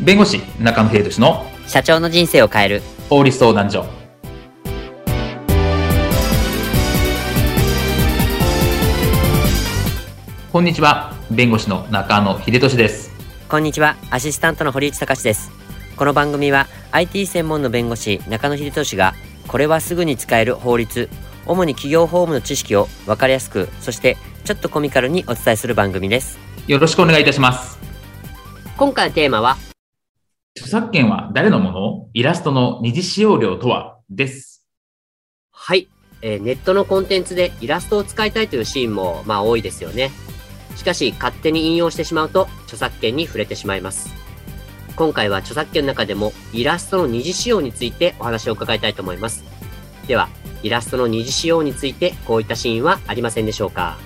弁護士中野秀俊の社長の人生を変える法律相談所。こんにちは、弁護士の中野秀俊です。 こんにちは、アシスタントの堀内隆です。この番組は IT 専門の弁護士中野秀俊がこれはすぐに使える法律、主に企業法務の知識を分かりやすく、そしてちょっとコミカルにお伝えする番組です。 よろしくお願いいたします。 今回のテーマは、 著作権は誰のもの？イラストの二次使用料とはです。 はい、ネットのコンテンツでイラストを使いたいというシーンも多いですよね。しかし勝手に引用してしまうと著作権に触れてしまいます。今回は著作権の中でもイラストの二次使用についてお話を伺いたいと思います。では、イラストの二次使用についてこういったシーンはありませんでしょうか？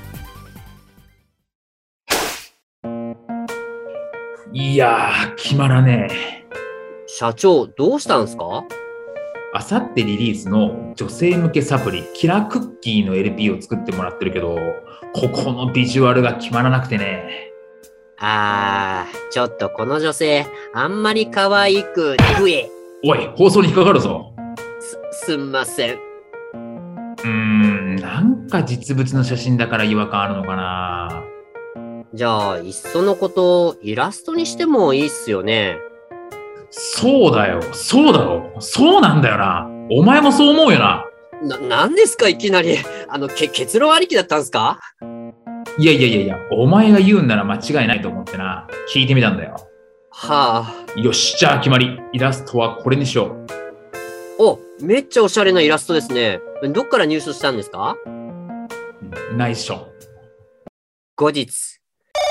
いやー、決まらねえ。 社長、どうしたんですか？ あさってリリースの女性向けサプリキラクッキーの LP を作ってもらってるけど、ここのビジュアルが決まらなくてね。 ちょっとこの女性あんまり可愛くふえ。 おい、放送に引っかかるぞ。 すんません。 なんか実物の写真だから違和感あるのかな。 じゃあいっそのことイラストにしてもいいっすよね。 そうだよ、そうだろ、そうなんだよな。お前もそう思うよな。 なんですかいきなり。結論ありきだったんすか？ いや、お前が言うんなら間違いないと思ってな、聞いてみたんだよ。 はあ。 よし、じゃあ決まり。イラストはこれにしよお、めっちゃおしゃれなイラストですね。どっから入手したんですか？ う。ナイスショット。 後日。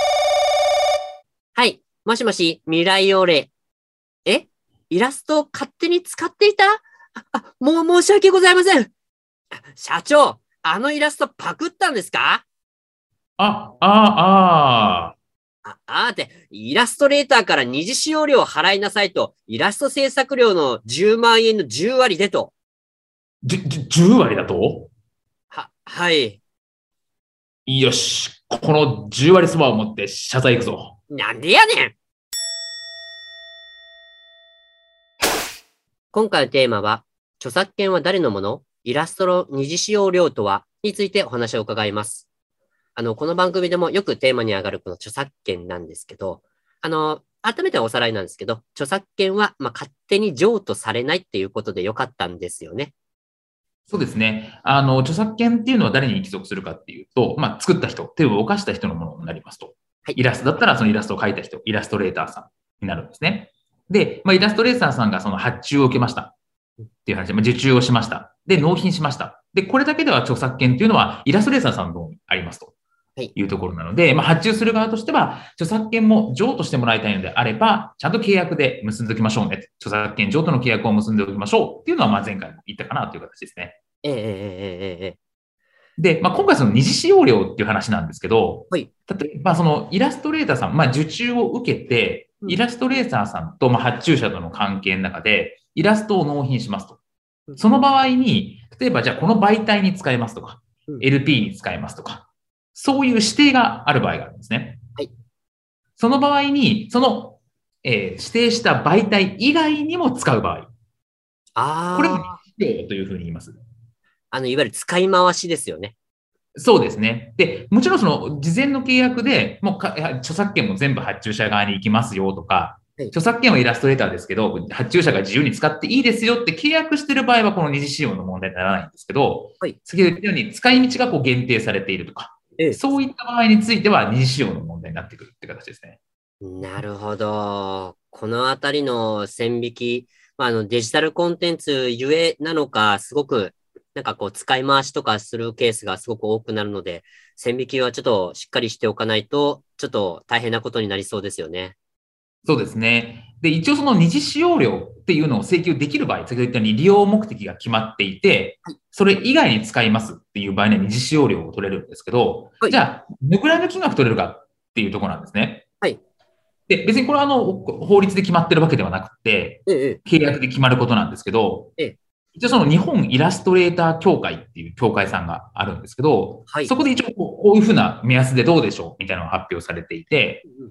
はい、もしもし、未来オレ。イラストを勝手に使っていた？もう申し訳ございません。社長、あのイラストパクったんですか？イラストレーターから二次使用料を払いなさいと、イラスト制作料の10万円の10割でと。 10割だと？ はい。 よし、この10割そばを持って謝罪行くぞ。 なんでやねん。今回のテーマは、著作権は誰のもの？イラストの二次使用料とはについてお話を伺います。この番組でもよくテーマに上がるこの著作権なんですけど、改めておさらいなんですけど、著作権は勝手に譲渡されないっていうことでよかったんですよね。 そうですね。著作権っていうのは誰に帰属するかっていうと、作った人、手を動かした人のものになりますと。 はい、 イラストだったらそのイラストを描いた人、イラストレーターさんになるんですね。で、イラストレーターさんがその発注を受けましたっていう話で、受注をしました。で、納品しました。で、これだけでは著作権っていうのはイラストレーターさんの方にありますというところなので、発注する側としては、著作権も譲渡してもらいたいのであれば、ちゃんと契約で結んでおきましょうね。著作権譲渡の契約を結んでおきましょうっていうのは、前回も言ったかなという形ですね。で、今回その二次使用料っていう話なんですけど、 はい、 例えばそのイラストレーターさん、受注を受けて、イラストレーターさんと発注者との関係の中で、イラストを納品しますと。その場合に、例えばじゃあこの媒体に使えますとか、LP に使えますとか、そういう指定がある場合があるんですね。 はい、 その場合に、その、指定した媒体以外にも使う場合。これも二次使用というふうに言います。 いわゆる使い回しですよね。 そうですね。で、もちろんその事前の契約でもう著作権も全部発注者側に行きますよとか、著作権はイラストレーターですけど、発注者が自由に使っていいですよって契約している場合はこの二次使用の問題にならないんですけど、先ほど言ったように使い道が限定されているとか、そういった場合については二次使用の問題になってくるって形ですね。 なるほど。このあたりの線引き、デジタルコンテンツゆえなのか、すごく使い回しとかするケースがすごく多くなるので、線引きはちょっとしっかりしておかないと、ちょっと大変なことになりそうですよね。 そうですね。で、一応その二次使用料っていうのを請求できる場合、先ほど言ったように利用目的が決まっていて、それ以外に使いますっていう場合には二次使用料を取れるんですけど、じゃあ、どのくらいの金額取れるかっていうところなんですね。 はい。 で、別にこれは法律で決まってるわけではなくて、契約で決まることなんですけど、一応その日本イラストレーター協会っていう協会さんがあるんですけど、そこで一応こういうふうな目安でどうでしょうみたいなのが発表されていて、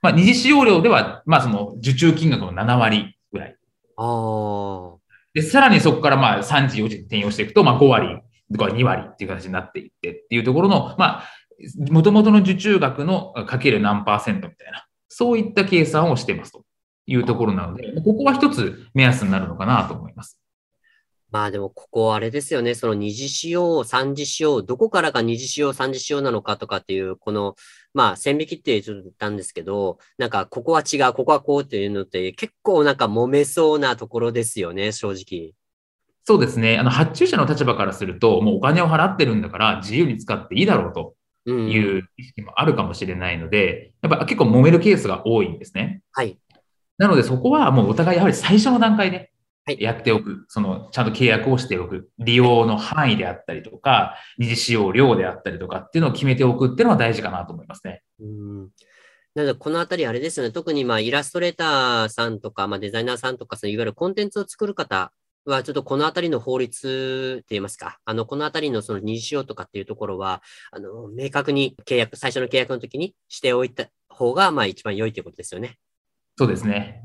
二次使用料では、その受注金額の7割ぐらい。で、さらにそこから3次、4次に転用していくと、5割とか2割っていう形になっていってっていうところの、元々の受注額のかける何%みたいな、そういった計算をしていますというところなので、ここは一つ目安になるのかなと思います。 でもここあれですよね。その二次使用、三次使用、どこからが二次使用、三次使用なのかとかっていう、この、線引きってちょっと言ったんですけど、ここは違う、ここはこうっていうのって結構揉めそうなところですよね、正直。 そうですね。発注者の立場からすると、もうお金を払ってるんだから自由に使っていいだろうという意識もあるかもしれないので、やっぱ結構揉めるケースが多いんですね。 はい。 なのでそこはもうお互いやはり最初の段階で、やっておく、ちゃんと契約をしておく、利用の範囲であったりとか、二次使用量であったりとかっていうのを決めておくっていうのは大事かなと思いますね。 なので、このあたりあれですよね。特にイラストレーターさんとか、デザイナーさんとか、いわゆるコンテンツを作る方は、ちょっとこのあたりの法律って言いますか、このあたりのその二次使用とかっていうところは、明確に最初の契約の時にしておいた方が、一番良いということですよね。 そうですね。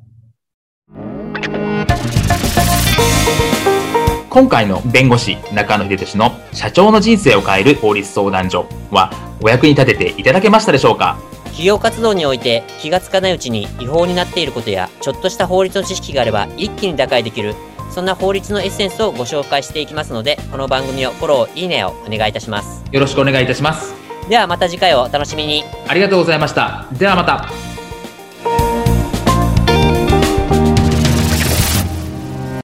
今回の弁護士中野秀俊の社長の人生を変える法律相談所はお役に立てていただけましたでしょうか。 企業活動において気がつかないうちに違法になっていることやちょっとした法律の知識があれば一気に打開できる、そんな法律のエッセンスをご紹介していきますので、この番組をフォロー、いいねをお願いいたします。 よろしくお願いいたします。 ではまた次回をお楽しみに。 ありがとうございました。ではまた。